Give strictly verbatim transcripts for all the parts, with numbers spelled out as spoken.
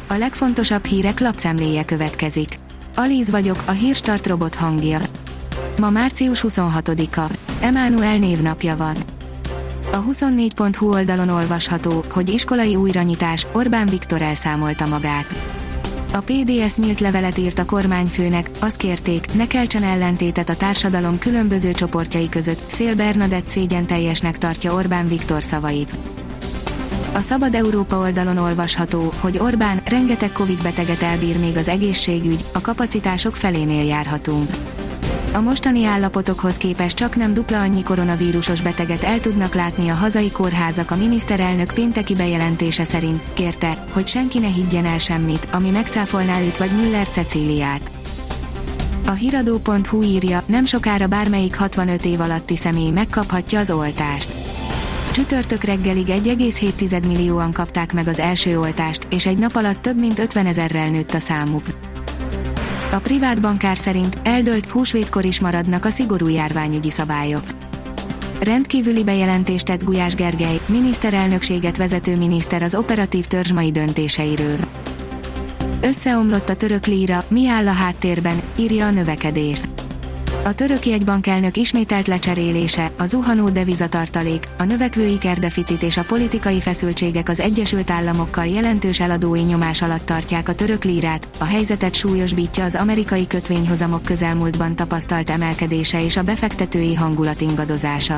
A legfontosabb hírek lapszemléje következik. Alíz vagyok, a Hírstart robot hangja. Ma március huszonhatodika. Emánuel névnapja van. A huszonnégy pont hu oldalon olvasható, hogy iskolai újranyitás, Orbán Viktor elszámolta magát. A pé dé es nyílt levelet írt a kormányfőnek, azt kérték, ne keltsen ellentétet a társadalom különböző csoportjai között, Szél Bernadett szégyenteljesnek tartja Orbán Viktor szavait. A Szabad Európa oldalon olvasható, hogy Orbán rengeteg Covid beteget elbír még az egészségügy, a kapacitások felénél járhatunk. A mostani állapotokhoz képest csak nem dupla annyi koronavírusos beteget el tudnak látni a hazai kórházak. A miniszterelnök pénteki bejelentése szerint kérte, hogy senki ne higgyen el semmit, ami megcáfolná őt vagy Müller Cecíliát. A hiradó pont hu írja, nem sokára bármelyik hatvanöt év alatti személy megkaphatja az oltást. Csütörtök reggelig egy egész hét millióan kapták meg az első oltást, és egy nap alatt több mint ötvenezerrel nőtt a számuk. A privát bankár szerint eldőlt, húsvétkor is maradnak a szigorú járványügyi szabályok. Rendkívüli bejelentést tett Gulyás Gergely, miniszterelnökséget vezető miniszter az operatív törzs mai döntéseiről. Összeomlott a török líra, mi áll a háttérben, írja a Növekedés. A török jegybankelnök ismételt lecserélése, a zuhanó devizatartalék, a növekvő ikerdeficit és a politikai feszültségek az Egyesült Államokkal jelentős eladói nyomás alatt tartják a török lírát, a helyzetet súlyosbítja az amerikai kötvényhozamok közelmúltban tapasztalt emelkedése és a befektetői hangulat ingadozása.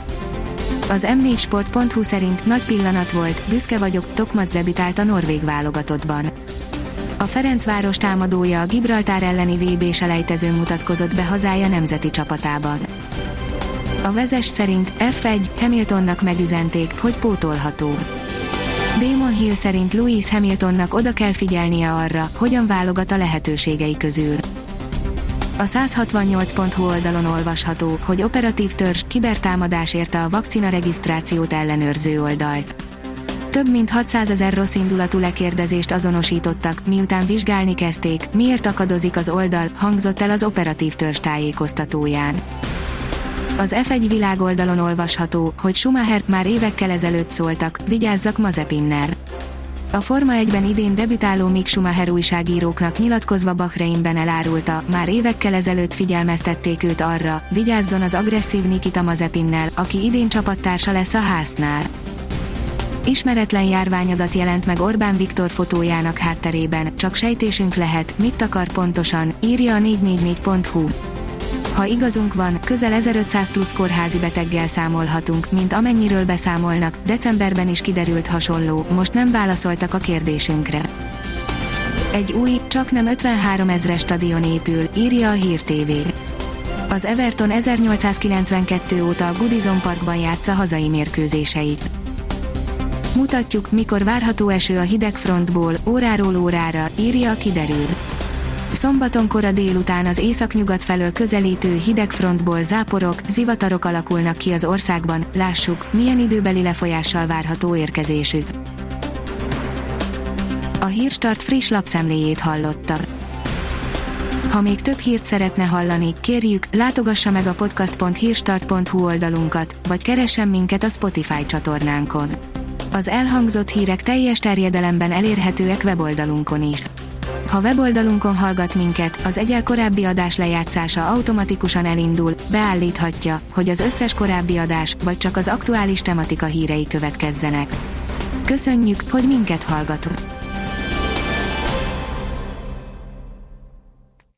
Az em négy sport pont hu szerint nagy pillanat volt, büszke vagyok, Tokmac debütált a norvég válogatottban. A Ferencváros támadója a Gibraltár elleni vé bé selejtezőn mutatkozott be hazája nemzeti csapatában. A Vezes szerint ef egy, Hamiltonnak megüzenték, hogy pótolható. Damon Hill szerint Lewis Hamiltonnak oda kell figyelnie arra, hogyan válogat a lehetőségei közül. A száz hatvannyolc pont hu oldalon olvasható, hogy operatív törzs, kibertámadás érte a vakcina regisztrációt ellenőrző oldalt. Több mint hatszázezer rosszindulatú lekérdezést azonosítottak, miután vizsgálni kezdték, miért akadozik az oldal, hangzott el az operatív törzs tájékoztatóján. Az ef egy világoldalon olvasható, hogy Schumacher már évekkel ezelőtt szóltak, vigyázzak Mazepinnel. A Forma egyben idén debütáló Mick Schumacher újságíróknak nyilatkozva Bahreinben elárulta, már évekkel ezelőtt figyelmeztették őt arra, vigyázzon az agresszív Nikita Mazepinnel, aki idén csapattársa lesz a Haasnál. Ismeretlen járványadat jelent meg Orbán Viktor fotójának hátterében, csak sejtésünk lehet, mit akar pontosan, írja a négy négy négy pont hu. Ha igazunk van, közel ezerötszáz plusz kórházi beteggel számolhatunk, mint amennyiről beszámolnak, decemberben is kiderült hasonló, most nem válaszoltak a kérdésünkre. Egy új, csaknem ötvenhárom ezres stadion épül, írja a Hír té vé. Az Everton ezernyolcszázkilencvenkettő óta a Goodison Parkban játsza hazai mérkőzéseit. Mutatjuk, mikor várható eső a hideg frontból, óráról órára, írja a Kiderül. Szombaton kora délután az északnyugat felől közelítő hideg frontból záporok, zivatarok alakulnak ki az országban, lássuk, milyen időbeli lefolyással várható érkezésük. A Hírstart friss lapszemléjét hallotta. Ha még több hírt szeretne hallani, kérjük, látogassa meg a podcast pont hírstart pont hu oldalunkat, vagy keressen minket a Spotify csatornánkon. Az elhangzott hírek teljes terjedelemben elérhetőek weboldalunkon is. Ha weboldalunkon hallgat minket, az egyel korábbi adás lejátszása automatikusan elindul, beállíthatja, hogy az összes korábbi adás, vagy csak az aktuális tematika hírei következzenek. Köszönjük, hogy minket hallgatott!